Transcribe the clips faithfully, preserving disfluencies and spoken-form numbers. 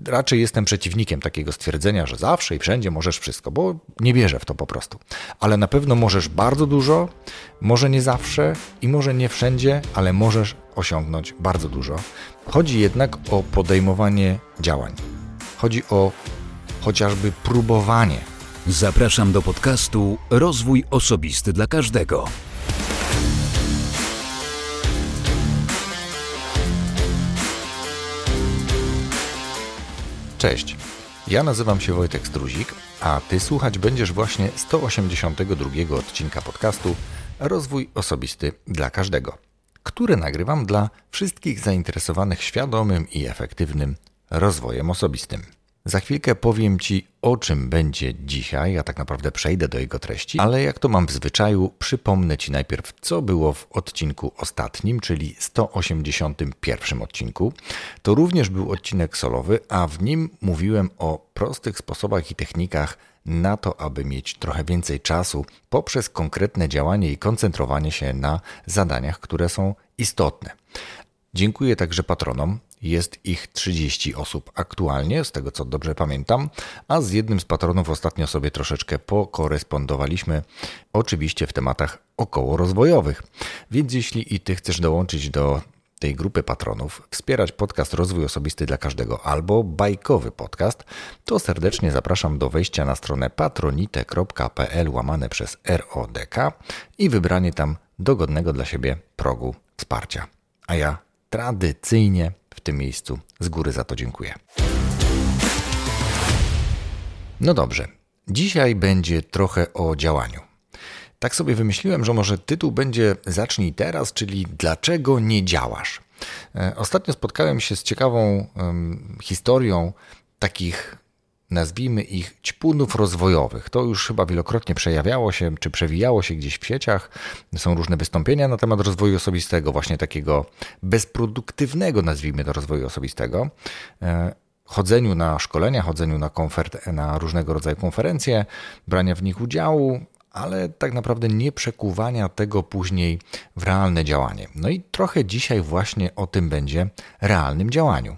raczej jestem przeciwnikiem takiego stwierdzenia, że zawsze i wszędzie możesz wszystko, bo nie wierzę w to po prostu. Ale na pewno możesz bardzo dużo, może nie zawsze i może nie wszędzie, ale możesz osiągnąć bardzo dużo. Chodzi jednak o podejmowanie działań. Chodzi o chociażby próbowanie. Zapraszam do podcastu Rozwój Osobisty dla Każdego. Cześć, ja nazywam się Wojtek Struzik, a Ty słuchać będziesz właśnie sto osiemdziesiątego drugiego odcinka podcastu Rozwój Osobisty dla Każdego, który nagrywam dla wszystkich zainteresowanych świadomym i efektywnym rozwojem osobistym. Za chwilkę powiem Ci, o czym będzie dzisiaj, a tak naprawdę przejdę do jego treści, ale jak to mam w zwyczaju, przypomnę Ci najpierw, co było w odcinku ostatnim, czyli sto osiemdziesiątym pierwszym odcinku. To również był odcinek solowy, a w nim mówiłem o prostych sposobach i technikach na to, aby mieć trochę więcej czasu poprzez konkretne działanie i koncentrowanie się na zadaniach, które są istotne. Dziękuję także patronom. Jest ich trzydzieści osób aktualnie, z tego co dobrze pamiętam, a z jednym z patronów ostatnio sobie troszeczkę pokorespondowaliśmy, oczywiście w tematach okołorozwojowych. Więc jeśli i Ty chcesz dołączyć do tej grupy patronów, wspierać podcast Rozwój Osobisty dla Każdego albo bajkowy podcast, to serdecznie zapraszam do wejścia na stronę patronite.pl łamane przez R O D K i wybranie tam dogodnego dla siebie progu wsparcia. A ja tradycyjnie w tym miejscu z góry za to dziękuję. No dobrze, dzisiaj będzie trochę o działaniu. Tak sobie wymyśliłem, że może tytuł będzie Zacznij teraz, czyli dlaczego nie działasz? Ostatnio spotkałem się z ciekawą um, historią takich, nazwijmy ich, ćpunów rozwojowych. To już chyba wielokrotnie przejawiało się, czy przewijało się gdzieś w sieciach. Są różne wystąpienia na temat rozwoju osobistego, właśnie takiego bezproduktywnego, nazwijmy to, rozwoju osobistego. Chodzeniu na szkolenia, chodzeniu na, konfer- na różnego rodzaju konferencje, brania w nich udziału, ale tak naprawdę nie przekuwania tego później w realne działanie. No i trochę dzisiaj właśnie o tym będzie realnym działaniu.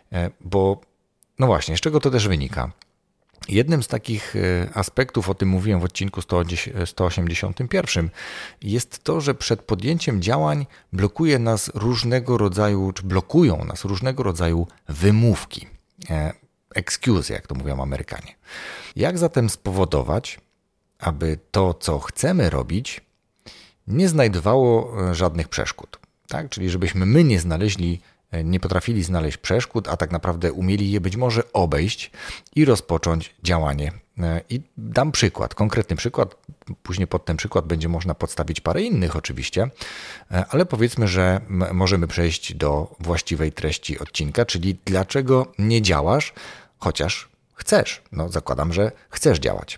Bo no właśnie, z czego to też wynika? Jednym z takich aspektów, o tym mówiłem w odcinku sto osiemdziesiątym pierwszym, jest to, że przed podjęciem działań blokuje nas różnego rodzaju, czy blokują nas różnego rodzaju wymówki, excuse, jak to mówią Amerykanie. Jak zatem spowodować, aby to, co chcemy robić, nie znajdowało żadnych przeszkód? Tak? Czyli żebyśmy my nie znaleźli nie potrafili znaleźć przeszkód, a tak naprawdę umieli je być może obejść i rozpocząć działanie. I dam przykład, konkretny przykład, później pod ten przykład będzie można podstawić parę innych oczywiście, ale powiedzmy, że możemy przejść do właściwej treści odcinka, czyli dlaczego nie działasz, chociaż chcesz. No zakładam, że chcesz działać.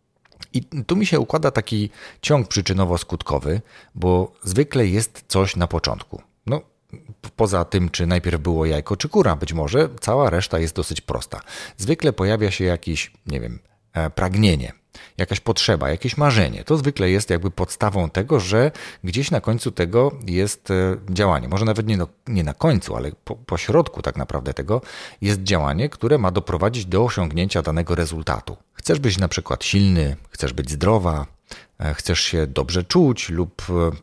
I tu mi się układa taki ciąg przyczynowo-skutkowy, bo zwykle jest coś na początku. No, poza tym, czy najpierw było jajko, czy kura, być może cała reszta jest dosyć prosta. Zwykle pojawia się jakieś, nie wiem, pragnienie, jakaś potrzeba, jakieś marzenie. To zwykle jest jakby podstawą tego, że gdzieś na końcu tego jest działanie. Może nawet nie, no, nie na końcu, ale po, po środku tak naprawdę tego jest działanie, które ma doprowadzić do osiągnięcia danego rezultatu. Chcesz być na przykład silny, chcesz być zdrowa, chcesz się dobrze czuć lub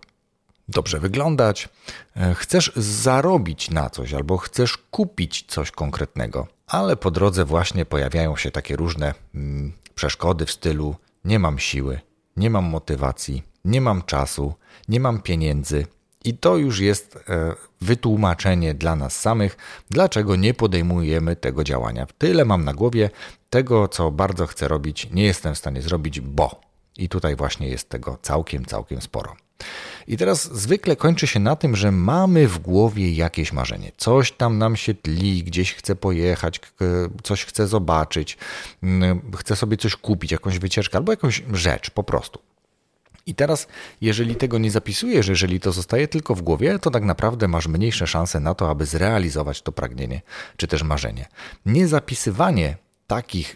dobrze wyglądać, chcesz zarobić na coś albo chcesz kupić coś konkretnego, ale po drodze właśnie pojawiają się takie różne mm, przeszkody w stylu nie mam siły, nie mam motywacji, nie mam czasu, nie mam pieniędzy i to już jest e, wytłumaczenie dla nas samych, dlaczego nie podejmujemy tego działania. Tyle mam na głowie, tego co bardzo chcę robić, nie jestem w stanie zrobić, bo. I tutaj właśnie jest tego całkiem, całkiem sporo. I teraz zwykle kończy się na tym, że mamy w głowie jakieś marzenie. Coś tam nam się tli, gdzieś chcę pojechać, coś chcę zobaczyć, chcę sobie coś kupić, jakąś wycieczkę albo jakąś rzecz po prostu. I teraz, jeżeli tego nie zapisujesz, jeżeli to zostaje tylko w głowie, to tak naprawdę masz mniejsze szanse na to, aby zrealizować to pragnienie czy też marzenie. Niezapisywanie takich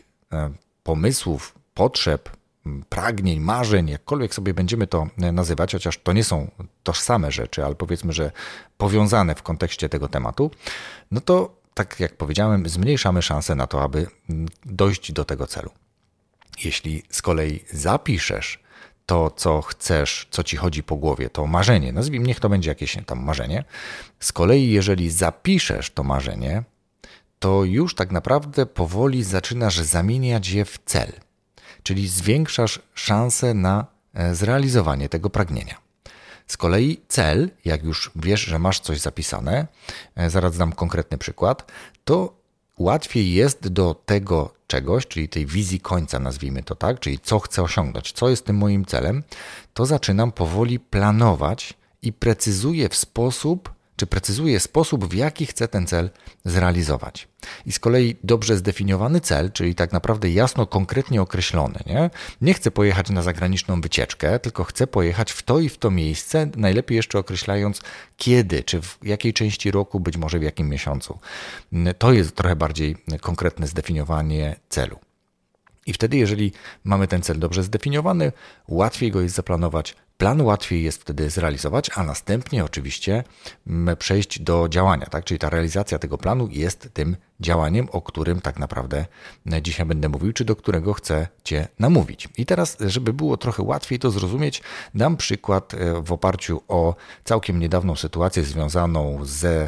pomysłów, potrzeb, pragnień, marzeń, jakkolwiek sobie będziemy to nazywać, chociaż to nie są tożsame rzeczy, ale powiedzmy, że powiązane w kontekście tego tematu, no to tak jak powiedziałem, zmniejszamy szanse na to, aby dojść do tego celu. Jeśli z kolei zapiszesz to, co chcesz, co ci chodzi po głowie, to marzenie, nazwijmy, niech to będzie jakieś tam marzenie. Z kolei jeżeli zapiszesz to marzenie, to już tak naprawdę powoli zaczynasz zamieniać je w cel, czyli zwiększasz szanse na zrealizowanie tego pragnienia. Z kolei cel, jak już wiesz, że masz coś zapisane, zaraz dam konkretny przykład, to łatwiej jest do tego czegoś, czyli tej wizji końca, nazwijmy to tak, czyli co chcę osiągnąć, co jest tym moim celem, to zaczynam powoli planować i precyzuję w sposób, czy precyzuję sposób, w jaki chcę ten cel zrealizować. I z kolei dobrze zdefiniowany cel, czyli tak naprawdę jasno, konkretnie określony. Nie, nie chcę pojechać na zagraniczną wycieczkę, tylko chcę pojechać w to i w to miejsce, najlepiej jeszcze określając kiedy, czy w jakiej części roku, być może w jakim miesiącu. To jest trochę bardziej konkretne zdefiniowanie celu. I wtedy, jeżeli mamy ten cel dobrze zdefiniowany, łatwiej go jest zaplanować, plan łatwiej jest wtedy zrealizować, a następnie oczywiście przejść do działania, tak? Czyli ta realizacja tego planu jest tym działaniem, o którym tak naprawdę dzisiaj będę mówił, czy do którego chcę Cię namówić. I teraz, żeby było trochę łatwiej to zrozumieć, dam przykład w oparciu o całkiem niedawną sytuację związaną ze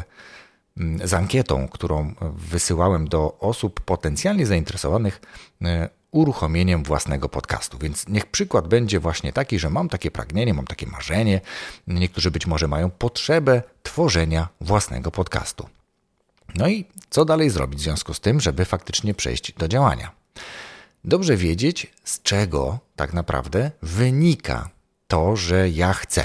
z ankietą, którą wysyłałem do osób potencjalnie zainteresowanych uruchomieniem własnego podcastu. Więc niech przykład będzie właśnie taki, że mam takie pragnienie, mam takie marzenie. Niektórzy być może mają potrzebę tworzenia własnego podcastu. No i co dalej zrobić w związku z tym, żeby faktycznie przejść do działania? Dobrze wiedzieć, z czego tak naprawdę wynika to, że ja chcę.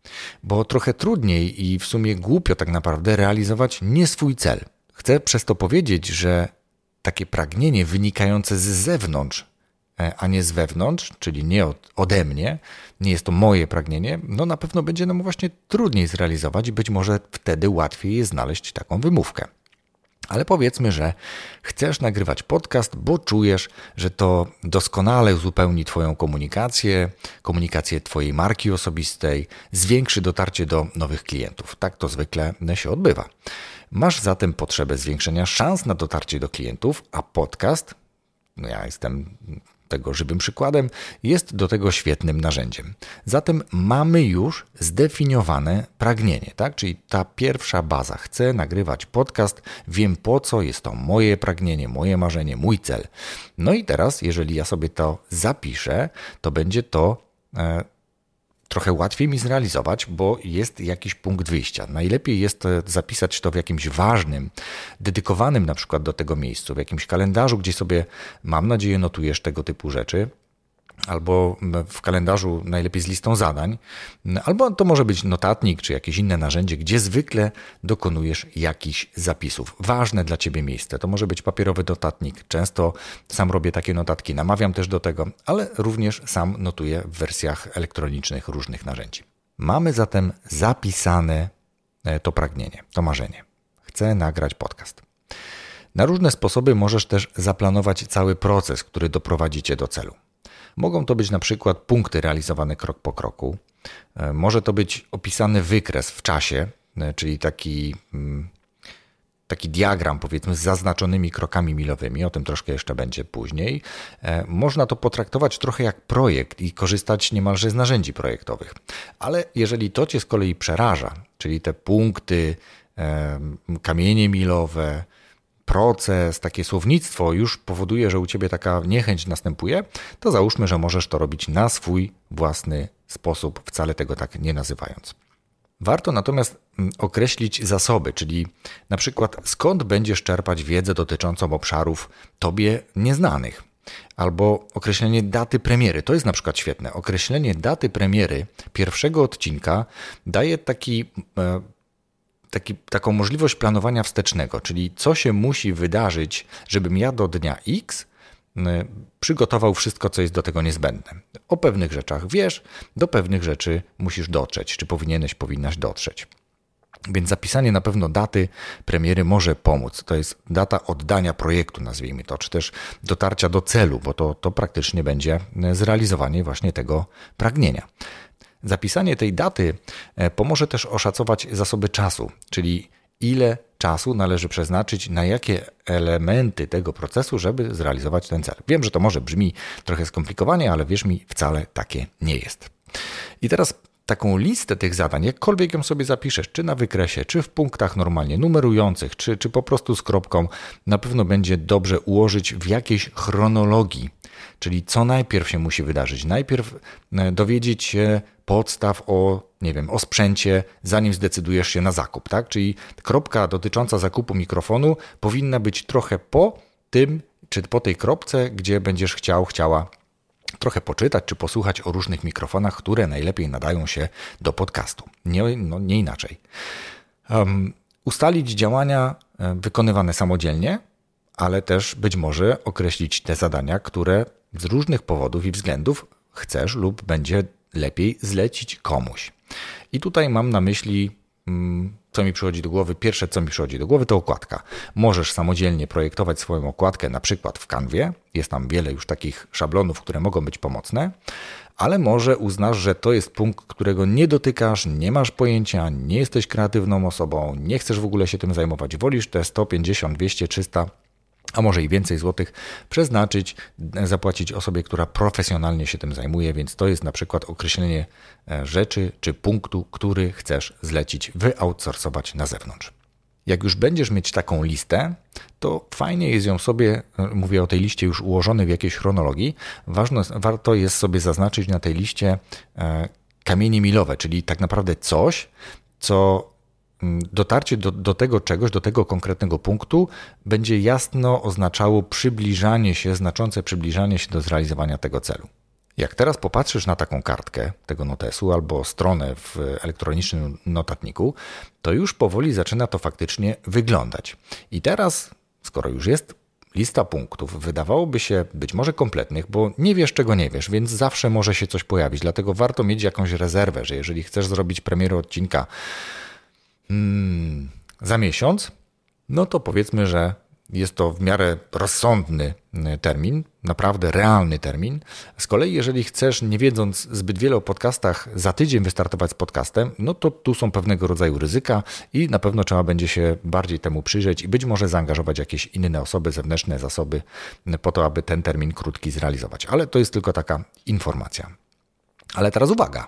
Bo trochę trudniej i w sumie głupio tak naprawdę realizować nie swój cel. Chcę przez to powiedzieć, że takie pragnienie wynikające z zewnątrz, a nie z wewnątrz, czyli nie od, ode mnie, nie jest to moje pragnienie, no na pewno będzie nam właśnie trudniej zrealizować i być może wtedy łatwiej jest znaleźć taką wymówkę. Ale powiedzmy, że chcesz nagrywać podcast, bo czujesz, że to doskonale uzupełni Twoją komunikację, komunikację Twojej marki osobistej, zwiększy dotarcie do nowych klientów. Tak to zwykle się odbywa. Masz zatem potrzebę zwiększenia szans na dotarcie do klientów, a podcast, no ja jestem tego żywym przykładem, jest do tego świetnym narzędziem. Zatem mamy już zdefiniowane pragnienie, tak? Czyli ta pierwsza baza. Chcę nagrywać podcast, wiem po co, jest to moje pragnienie, moje marzenie, mój cel. No i teraz, jeżeli ja sobie to zapiszę, to będzie to e, trochę łatwiej mi zrealizować, bo jest jakiś punkt wyjścia. Najlepiej jest zapisać to w jakimś ważnym, dedykowanym na przykład do tego miejscu, w jakimś kalendarzu, gdzie sobie, mam nadzieję, notujesz tego typu rzeczy, albo w kalendarzu najlepiej z listą zadań, albo to może być notatnik, czy jakieś inne narzędzie, gdzie zwykle dokonujesz jakichś zapisów. Ważne dla Ciebie miejsce. To może być papierowy notatnik. Często sam robię takie notatki, namawiam też do tego, ale również sam notuję w wersjach elektronicznych różnych narzędzi. Mamy zatem zapisane to pragnienie, to marzenie. Chcę nagrać podcast. Na różne sposoby możesz też zaplanować cały proces, który doprowadzi Cię do celu. Mogą to być na przykład punkty realizowane krok po kroku. Może to być opisany wykres w czasie, czyli taki, taki diagram, powiedzmy, z zaznaczonymi krokami milowymi. O tym troszkę jeszcze będzie później. Można to potraktować trochę jak projekt i korzystać niemalże z narzędzi projektowych. Ale jeżeli to Cię z kolei przeraża, czyli te punkty, kamienie milowe, proces, takie słownictwo już powoduje, że u Ciebie taka niechęć następuje, to załóżmy, że możesz to robić na swój własny sposób, wcale tego tak nie nazywając. Warto natomiast określić zasoby, czyli na przykład skąd będziesz czerpać wiedzę dotyczącą obszarów Tobie nieznanych. Albo określenie daty premiery. To jest na przykład świetne. Określenie daty premiery pierwszego odcinka daje taki... E, Taki, taką możliwość planowania wstecznego, czyli co się musi wydarzyć, żebym ja do dnia X przygotował wszystko, co jest do tego niezbędne. O pewnych rzeczach wiesz, do pewnych rzeczy musisz dotrzeć, czy powinieneś, powinnaś dotrzeć. Więc zapisanie na pewno daty premiery może pomóc. To jest data oddania projektu, nazwijmy to, czy też dotarcia do celu, bo to, to praktycznie będzie zrealizowanie właśnie tego pragnienia. Zapisanie tej daty pomoże też oszacować zasoby czasu, czyli ile czasu należy przeznaczyć na jakie elementy tego procesu, żeby zrealizować ten cel. Wiem, że to może brzmi trochę skomplikowanie, ale wierz mi, wcale takie nie jest. I teraz taką listę tych zadań, jakkolwiek ją sobie zapiszesz, czy na wykresie, czy w punktach normalnie numerujących, czy, czy po prostu z kropką, na pewno będzie dobrze ułożyć w jakiejś chronologii. Czyli co najpierw się musi wydarzyć. Najpierw dowiedzieć się podstaw o, nie wiem, o sprzęcie, zanim zdecydujesz się na zakup, tak? Czyli kropka dotycząca zakupu mikrofonu powinna być trochę po tym, czy po tej kropce, gdzie będziesz chciał, chciała trochę poczytać, czy posłuchać o różnych mikrofonach, które najlepiej nadają się do podcastu. Nie, no, nie inaczej. Um, ustalić działania wykonywane samodzielnie, ale też być może określić te zadania, które z różnych powodów i względów chcesz lub będzie lepiej zlecić komuś. I tutaj mam na myśli, co mi przychodzi do głowy. Pierwsze, co mi przychodzi do głowy, to okładka. Możesz samodzielnie projektować swoją okładkę, na przykład w Canwie. Jest tam wiele już takich szablonów, które mogą być pomocne, ale może uznasz, że to jest punkt, którego nie dotykasz, nie masz pojęcia, nie jesteś kreatywną osobą, nie chcesz w ogóle się tym zajmować. Wolisz te sto pięćdziesiąt, dwieście, trzysta, a może i więcej złotych przeznaczyć, zapłacić osobie, która profesjonalnie się tym zajmuje, więc to jest na przykład określenie rzeczy czy punktu, który chcesz zlecić, wyoutsourcować na zewnątrz. Jak już będziesz mieć taką listę, to fajnie jest ją sobie, mówię o tej liście już ułożonej w jakiejś chronologii, ważne, warto jest sobie zaznaczyć na tej liście kamienie milowe, czyli tak naprawdę coś, co dotarcie do, do tego czegoś, do tego konkretnego punktu będzie jasno oznaczało przybliżanie się, znaczące przybliżanie się do zrealizowania tego celu. Jak teraz popatrzysz na taką kartkę tego notesu albo stronę w elektronicznym notatniku, to już powoli zaczyna to faktycznie wyglądać. I teraz, skoro już jest lista punktów, wydawałoby się być może kompletnych, bo nie wiesz czego nie wiesz, więc zawsze może się coś pojawić, dlatego warto mieć jakąś rezerwę, że jeżeli chcesz zrobić premierę odcinka Hmm, za miesiąc, no to powiedzmy, że jest to w miarę rozsądny termin, naprawdę realny termin. Z kolei jeżeli chcesz, nie wiedząc zbyt wiele o podcastach, za tydzień wystartować z podcastem, no to tu są pewnego rodzaju ryzyka i na pewno trzeba będzie się bardziej temu przyjrzeć i być może zaangażować jakieś inne osoby, zewnętrzne zasoby po to, aby ten termin krótki zrealizować. Ale to jest tylko taka informacja. Ale teraz uwaga.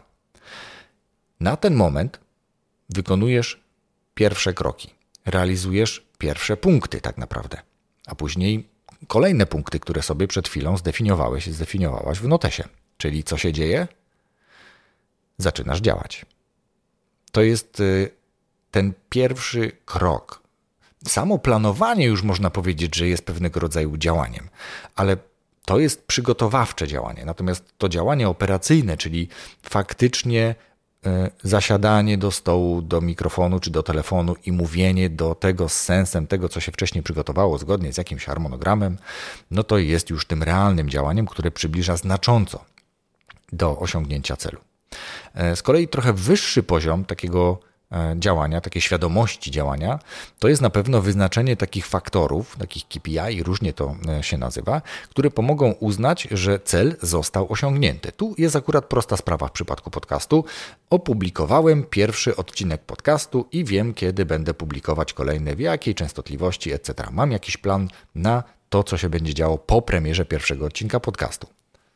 Na ten moment wykonujesz pierwsze kroki, realizujesz pierwsze punkty tak naprawdę, a później kolejne punkty, które sobie przed chwilą zdefiniowałeś, zdefiniowałaś w notesie. Czyli co się dzieje? Zaczynasz działać. To jest ten pierwszy krok. Samo planowanie już można powiedzieć, że jest pewnego rodzaju działaniem, ale to jest przygotowawcze działanie. Natomiast to działanie operacyjne, czyli faktycznie zasiadanie do stołu, do mikrofonu czy do telefonu i mówienie do tego z sensem tego, co się wcześniej przygotowało, zgodnie z jakimś harmonogramem, no to jest już tym realnym działaniem, które przybliża znacząco do osiągnięcia celu. Z kolei trochę wyższy poziom takiego działania, takiej świadomości działania, to jest na pewno wyznaczenie takich faktorów, takich K P I, różnie to się nazywa, które pomogą uznać, że cel został osiągnięty. Tu jest akurat prosta sprawa w przypadku podcastu. Opublikowałem pierwszy odcinek podcastu i wiem, kiedy będę publikować kolejny, w jakiej częstotliwości, et cetera. Mam jakiś plan na to, co się będzie działo po premierze pierwszego odcinka podcastu.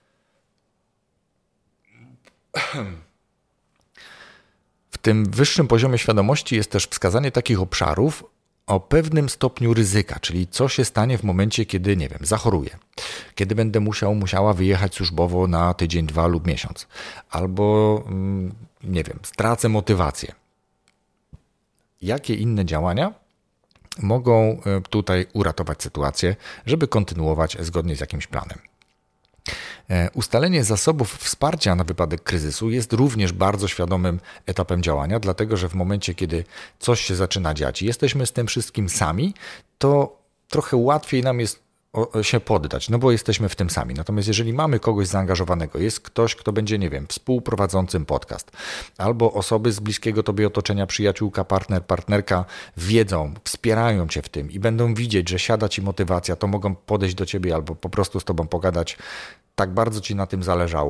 W tym wyższym poziomie świadomości jest też wskazanie takich obszarów o pewnym stopniu ryzyka, czyli co się stanie w momencie, kiedy, nie wiem, zachoruję, kiedy będę musiał, musiała wyjechać służbowo na tydzień, dwa lub miesiąc, albo, nie wiem, stracę motywację. Jakie inne działania mogą tutaj uratować sytuację, żeby kontynuować zgodnie z jakimś planem? Ustalenie zasobów wsparcia na wypadek kryzysu jest również bardzo świadomym etapem działania, dlatego że w momencie, kiedy coś się zaczyna dziać i jesteśmy z tym wszystkim sami, to trochę łatwiej nam jest się poddać, no bo jesteśmy w tym sami. Natomiast jeżeli mamy kogoś zaangażowanego, jest ktoś, kto będzie, nie wiem, współprowadzącym podcast, albo osoby z bliskiego tobie otoczenia, przyjaciółka, partner, partnerka wiedzą, wspierają cię w tym i będą widzieć, że siada ci motywacja, to mogą podejść do ciebie albo po prostu z tobą pogadać. Tak bardzo ci na tym zależało.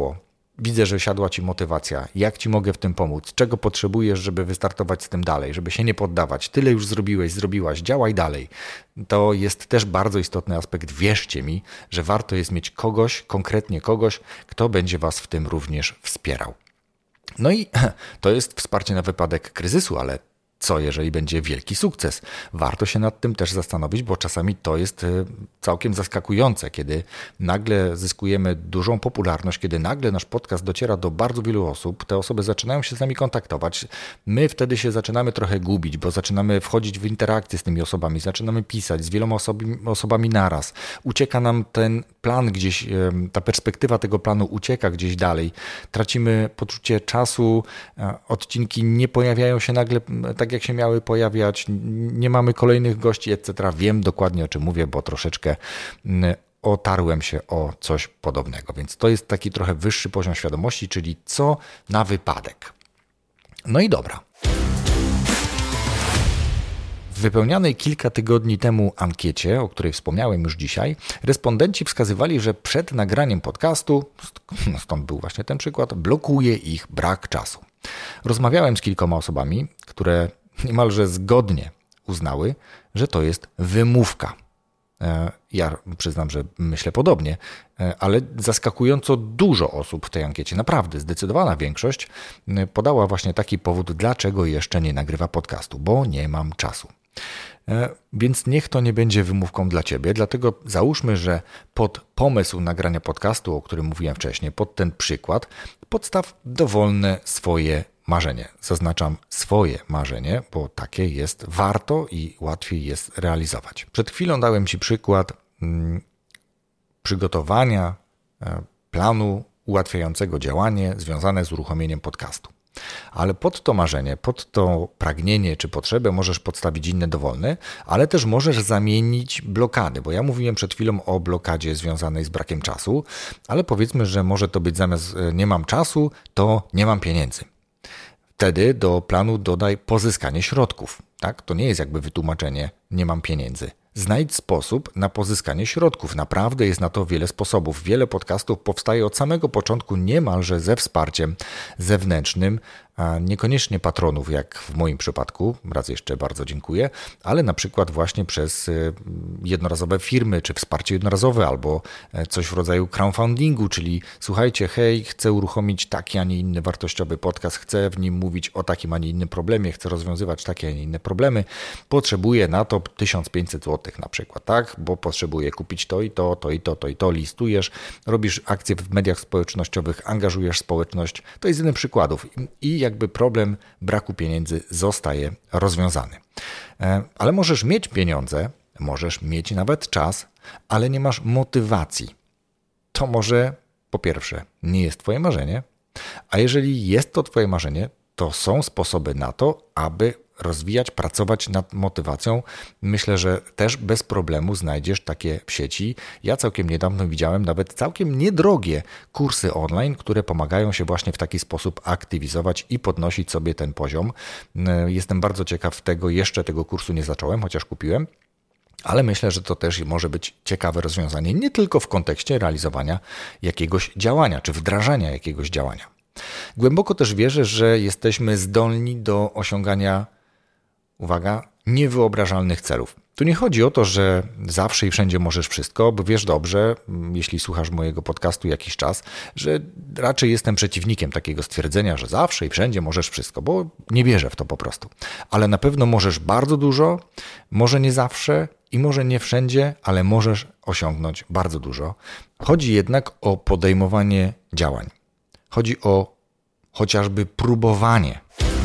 widzę, że siadła Ci motywacja. Jak Ci mogę w tym pomóc? Czego potrzebujesz, żeby wystartować z tym dalej? Żeby się nie poddawać. Tyle już zrobiłeś, zrobiłaś. Działaj dalej. To jest też bardzo istotny aspekt. Wierzcie mi, że warto jest mieć kogoś, konkretnie kogoś, kto będzie Was w tym również wspierał. No i to jest wsparcie na wypadek kryzysu, ale co jeżeli będzie wielki sukces? Warto się nad tym też zastanowić, bo czasami to jest całkiem zaskakujące, kiedy nagle zyskujemy dużą popularność, kiedy nagle nasz podcast dociera do bardzo wielu osób, te osoby zaczynają się z nami kontaktować, my wtedy się zaczynamy trochę gubić, bo zaczynamy wchodzić w interakcję z tymi osobami, zaczynamy pisać z wieloma osobami, osobami naraz, ucieka nam ten plan gdzieś, ta perspektywa tego planu ucieka gdzieś dalej, tracimy poczucie czasu, odcinki nie pojawiają się nagle tak jak się miały pojawiać, nie mamy kolejnych gości, et cetera. Wiem dokładnie, o czym mówię, bo troszeczkę otarłem się o coś podobnego. Więc to jest taki trochę wyższy poziom świadomości, czyli co na wypadek. No i dobra. W wypełnianej kilka tygodni temu ankiecie, o której wspomniałem już dzisiaj, respondenci wskazywali, że przed nagraniem podcastu, stąd był właśnie ten przykład, blokuje ich brak czasu. Rozmawiałem z kilkoma osobami, które niemalże zgodnie uznały, że to jest wymówka. Ja przyznam, że myślę podobnie, ale zaskakująco dużo osób w tej ankiecie, naprawdę zdecydowana większość, podała właśnie taki powód, dlaczego jeszcze nie nagrywa podcastu, bo nie mam czasu. Więc niech to nie będzie wymówką dla Ciebie, dlatego załóżmy, że pod pomysł nagrania podcastu, o którym mówiłem wcześniej, pod ten przykład, podstaw dowolne swoje marzenie. Zaznaczam swoje marzenie, bo takie jest warto i łatwiej jest realizować. Przed chwilą dałem Ci przykład hmm, przygotowania e, planu ułatwiającego działanie związane z uruchomieniem podcastu. Ale pod to marzenie, pod to pragnienie czy potrzebę możesz podstawić inne dowolne, ale też możesz zamienić blokady, bo ja mówiłem przed chwilą o blokadzie związanej z brakiem czasu, ale powiedzmy, że może to być zamiast nie mam czasu, to nie mam pieniędzy. Wtedy do planu dodaj pozyskanie środków. Tak? To nie jest jakby wytłumaczenie nie mam pieniędzy. Znajdź sposób na pozyskanie środków. Naprawdę jest na to wiele sposobów. Wiele podcastów powstaje od samego początku niemalże ze wsparciem zewnętrznym, a niekoniecznie patronów, jak w moim przypadku, raz jeszcze bardzo dziękuję, ale na przykład właśnie przez jednorazowe firmy, czy wsparcie jednorazowe, albo coś w rodzaju crowdfundingu, czyli słuchajcie, hej, chcę uruchomić taki, a nie inny wartościowy podcast, chcę w nim mówić o takim, a nie innym problemie, chcę rozwiązywać takie, a nie inne problemy, potrzebuję na to tysiąc pięćset złotych na przykład, tak, bo potrzebuję kupić to i to, to i to, to i to, listujesz, robisz akcje w mediach społecznościowych, angażujesz społeczność, to jest jeden z przykładów i jakby problem braku pieniędzy zostaje rozwiązany. Ale możesz mieć pieniądze, możesz mieć nawet czas, ale nie masz motywacji. To może po pierwsze nie jest Twoje marzenie, a jeżeli jest to Twoje marzenie, to są sposoby na to, aby rozwijać, pracować nad motywacją. Myślę, że też bez problemu znajdziesz takie w sieci. Ja całkiem niedawno widziałem nawet całkiem niedrogie kursy online, które pomagają się właśnie w taki sposób aktywizować i podnosić sobie ten poziom. Jestem bardzo ciekaw tego, jeszcze tego kursu nie zacząłem, chociaż kupiłem. Ale myślę, że to też może być ciekawe rozwiązanie, nie tylko w kontekście realizowania jakiegoś działania, czy wdrażania jakiegoś działania. Głęboko też wierzę, że jesteśmy zdolni do osiągania, uwaga, niewyobrażalnych celów. Tu nie chodzi o to, że zawsze i wszędzie możesz wszystko, bo wiesz dobrze, jeśli słuchasz mojego podcastu jakiś czas, że raczej jestem przeciwnikiem takiego stwierdzenia, że zawsze i wszędzie możesz wszystko, bo nie wierzę w to po prostu. Ale na pewno możesz bardzo dużo, może nie zawsze i może nie wszędzie, ale możesz osiągnąć bardzo dużo. Chodzi jednak o podejmowanie działań. Chodzi o chociażby próbowanie.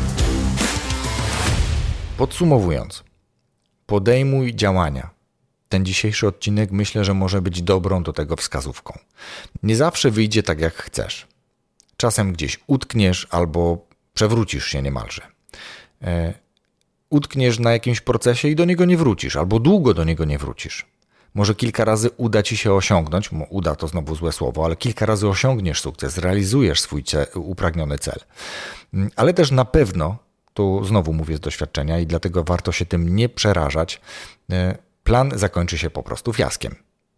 Podsumowując, podejmuj działania. Ten dzisiejszy odcinek myślę, że może być dobrą do tego wskazówką. Nie zawsze wyjdzie tak, jak chcesz. Czasem gdzieś utkniesz albo przewrócisz się niemalże. E, utkniesz na jakimś procesie i do niego nie wrócisz, albo długo do niego nie wrócisz. Może kilka razy uda Ci się osiągnąć, uda to znowu złe słowo, ale kilka razy osiągniesz sukces, realizujesz swój cel, upragniony cel. Ale też na pewno, tu znowu mówię z doświadczenia i dlatego warto się tym nie przerażać, plan zakończy się po prostu fiaskiem.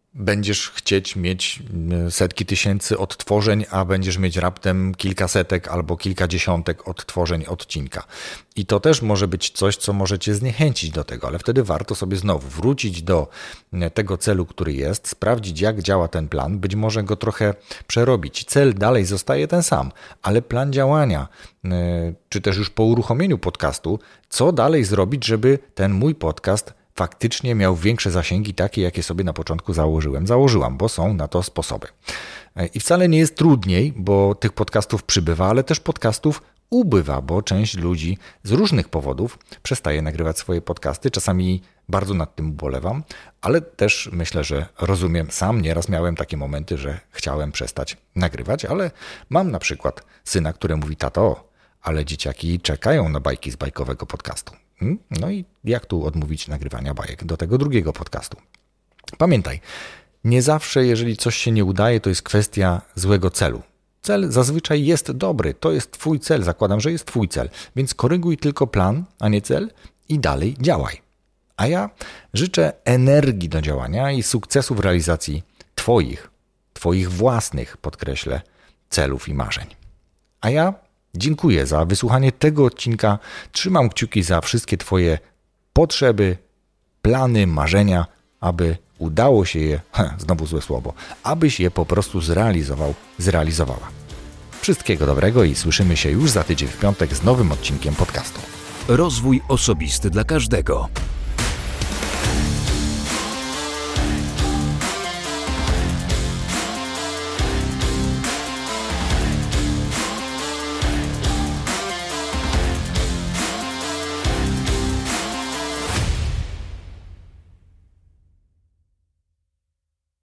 będziesz chcieć mieć setki tysięcy odtworzeń, a będziesz mieć raptem kilka setek albo kilkadziesiątek odtworzeń odcinka. I to też może być coś, co może cię zniechęcić do tego, ale wtedy warto sobie znowu wrócić do tego celu, który jest, sprawdzić, jak działa ten plan, być może go trochę przerobić. Cel dalej zostaje ten sam, ale plan działania, czy też już po uruchomieniu podcastu, co dalej zrobić, żeby ten mój podcast faktycznie miał większe zasięgi, takie jakie sobie na początku założyłem. Założyłam, bo są na to sposoby. I wcale nie jest trudniej, bo tych podcastów przybywa, ale też podcastów ubywa, bo część ludzi z różnych powodów przestaje nagrywać swoje podcasty. Czasami bardzo nad tym ubolewam, ale też myślę, że rozumiem. Sam nieraz miałem takie momenty, że chciałem przestać nagrywać, ale mam na przykład syna, który mówi: tato, ale dzieciaki czekają na bajki z bajkowego podcastu. No i jak tu odmówić nagrywania bajek do tego drugiego podcastu? Pamiętaj, nie zawsze, jeżeli coś się nie udaje, to jest kwestia złego celu. Cel zazwyczaj jest dobry, to jest twój cel, zakładam, że jest twój cel, więc koryguj tylko plan, a nie cel i dalej działaj. A ja życzę energii do działania i sukcesu w realizacji twoich, twoich własnych, podkreślę, celów i marzeń. A ja dziękuję za wysłuchanie tego odcinka. Trzymam kciuki za wszystkie twoje potrzeby, plany, marzenia, aby udało się je, he, znowu złe słowo, abyś je po prostu zrealizował, zrealizowała. Wszystkiego dobrego i słyszymy się już za tydzień w piątek z nowym odcinkiem podcastu. Rozwój osobisty dla każdego.